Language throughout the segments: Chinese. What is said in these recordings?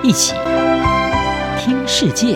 一起听世界。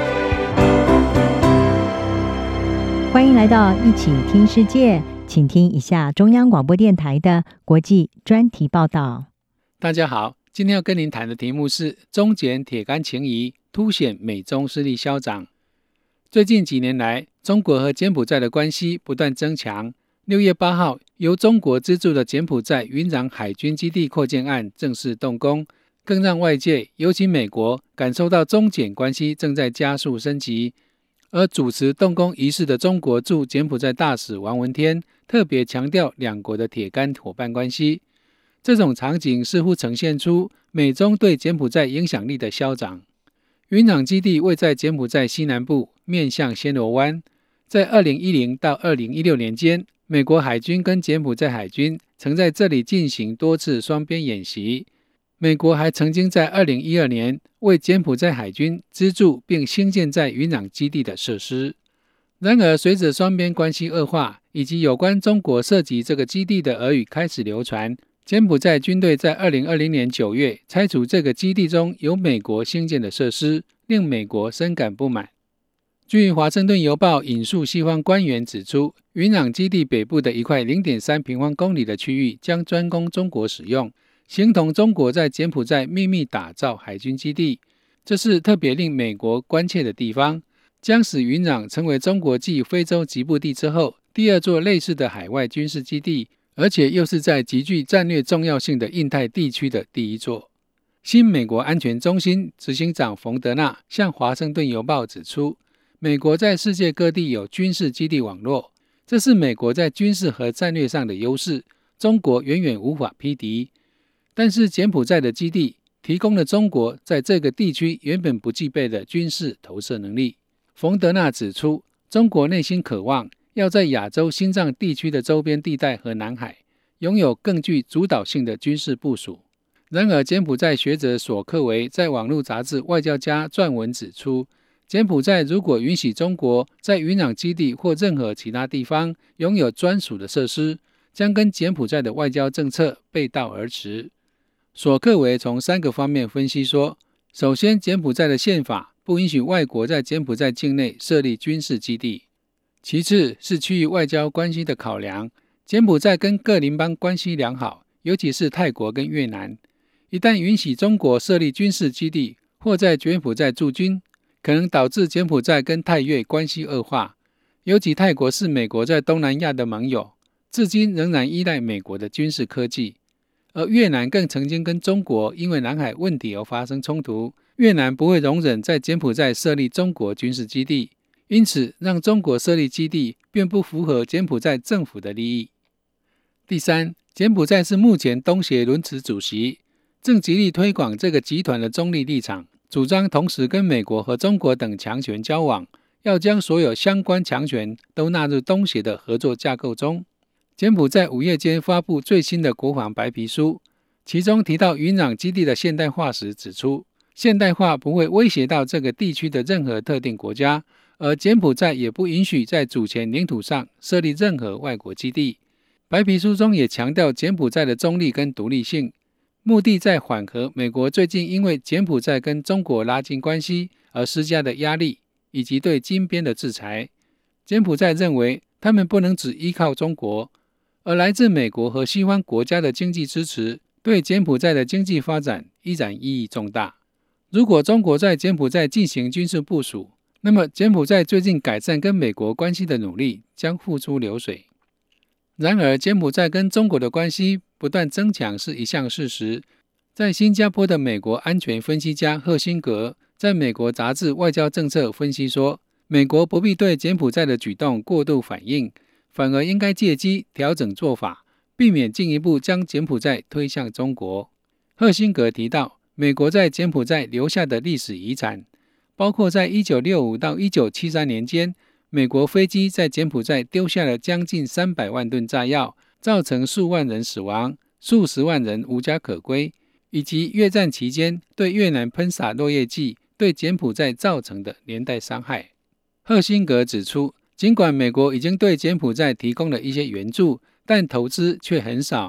欢迎来到一起听世界，请听一下中央广播电台的国际专题报道。 大家好，今天要跟您谈的题目是中柬铁杆情谊，凸显美中势力消长。最近几年来，中国和柬埔寨的关系不断增强。6月8号，由中国资助的柬埔寨云壤海军基地扩建案正式动工，更让外界，尤其美国感受到中柬关系正在加速升级。而主持动工仪式的中国驻柬埔寨大使王文天特别强调两国的铁杆伙伴关系。这种场景似乎呈现出美中对柬埔寨影响力的消长。云壤基地位在柬埔寨西南部，面向暹罗湾。在2010到2016年间，美国海军跟柬埔寨海军曾在这里进行多次双边演习。美国还曾经在2012年为柬埔寨海军资助并兴建在云壤基地的设施。然而，随着双边关系恶化，以及有关中国涉及这个基地的耳语开始流传，柬埔寨军队在2020年9月拆除这个基地中由美国兴建的设施，令美国深感不满。据华盛顿邮报引述西方官员指出，云壤基地北部的一块 0.3 平方公里的区域将专供中国使用，形同中国在柬埔寨秘密打造海军基地。这是特别令美国关切的地方，将使云壤成为中国继非洲吉布地之后第二座类似的海外军事基地，而且又是在极具战略重要性的印太地区的第一座。新美国安全中心执行长冯德纳向华盛顿邮报指出，美国在世界各地有军事基地网络，这是美国在军事和战略上的优势，中国远远无法匹敌。但是柬埔寨的基地提供了中国在这个地区原本不具备的军事投射能力。冯德纳指出，中国内心渴望要在亚洲心脏地区的周边地带和南海拥有更具主导性的军事部署。然而，柬埔寨学者索克维在网络杂志《外交家》撰文指出，柬埔寨如果允许中国在云壤基地或任何其他地方拥有专属的设施，将跟柬埔寨的外交政策背道而驰。索克维从3个方面分析说，首先，柬埔寨的宪法不允许外国在柬埔寨境内设立军事基地；其次是区域外交关系的考量，柬埔寨跟各邻邦关系良好，尤其是泰国跟越南。一旦允许中国设立军事基地或在柬埔寨驻军，可能导致柬埔寨跟泰越关系恶化，尤其泰国是美国在东南亚的盟友，至今仍然依赖美国的军事科技。而越南更曾经跟中国因为南海问题而发生冲突，越南不会容忍在柬埔寨设立中国军事基地，因此让中国设立基地并不符合柬埔寨政府的利益。第三，柬埔寨是目前东协轮值主席，正极力推广这个集团的中立立场，主张同时跟美国和中国等强权交往，要将所有相关强权都纳入东协的合作架构中。柬埔寨5月间发布最新的国防白皮书，其中提到云壤基地的现代化时指出，现代化不会威胁到这个地区的任何特定国家，而柬埔寨也不允许在主权领土上设立任何外国基地。白皮书中也强调柬埔寨的中立跟独立性，目的在缓和美国最近因为柬埔寨跟中国拉近关系而施加的压力，以及对金边的制裁。柬埔寨认为他们不能只依靠中国，而来自美国和西方国家的经济支持对柬埔寨的经济发展依然意义重大。如果中国在柬埔寨进行军事部署，那么柬埔寨最近改善跟美国关系的努力将付诸流水。然而，柬埔寨跟中国的关系不断增强是一项事实。在新加坡的美国安全分析家赫辛格在美国杂志《外交政策》分析说，美国不必对柬埔寨的举动过度反应，反而应该借机调整做法，避免进一步将柬埔寨推向中国。赫辛格提到，美国在柬埔寨留下的历史遗产，包括在1965到1973年间，美国飞机在柬埔寨丢下了将近300万吨炸药，造成数万人死亡，数十万人无家可归，以及越战期间对越南喷洒落叶剂对柬埔寨造成的连带伤害。赫辛格指出，尽管美国已经对柬埔寨提供了一些援助，但投资却很少，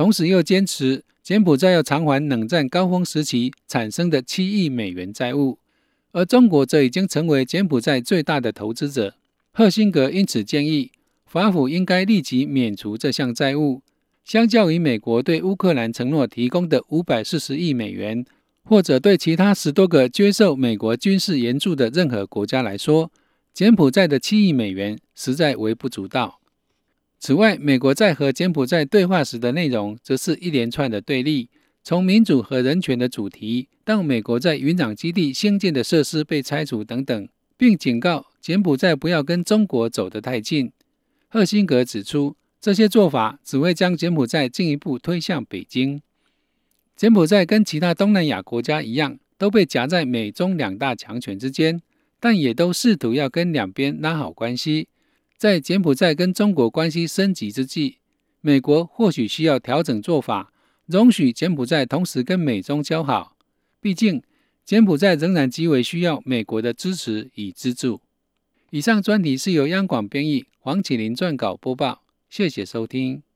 同时又坚持柬埔寨要偿还冷战高峰时期产生的7亿美元债务，而中国则已经成为柬埔寨最大的投资者。赫辛格因此建议法府应该立即免除这项债务。相较于美国对乌克兰承诺提供的540亿美元，或者对其他10多个接受美国军事援助的任何国家来说，柬埔寨的7亿美元实在微不足道。此外，美国在和柬埔寨对话时的内容则是一连串的对立，从民主和人权的主题到美国在云壤基地兴建的设施被拆除等等，并警告柬埔寨不要跟中国走得太近。赫辛格指出，这些做法只会将柬埔寨进一步推向北京。柬埔寨跟其他东南亚国家一样，都被夹在美中2大强权之间，但也都试图要跟两边拉好关系。在柬埔寨跟中国关系升级之际，美国或许需要调整做法，容许柬埔寨同时跟美中交好。毕竟，柬埔寨仍然极为需要美国的支持与资助。以上专题是由央广编译，黄启麟撰稿播报，谢谢收听。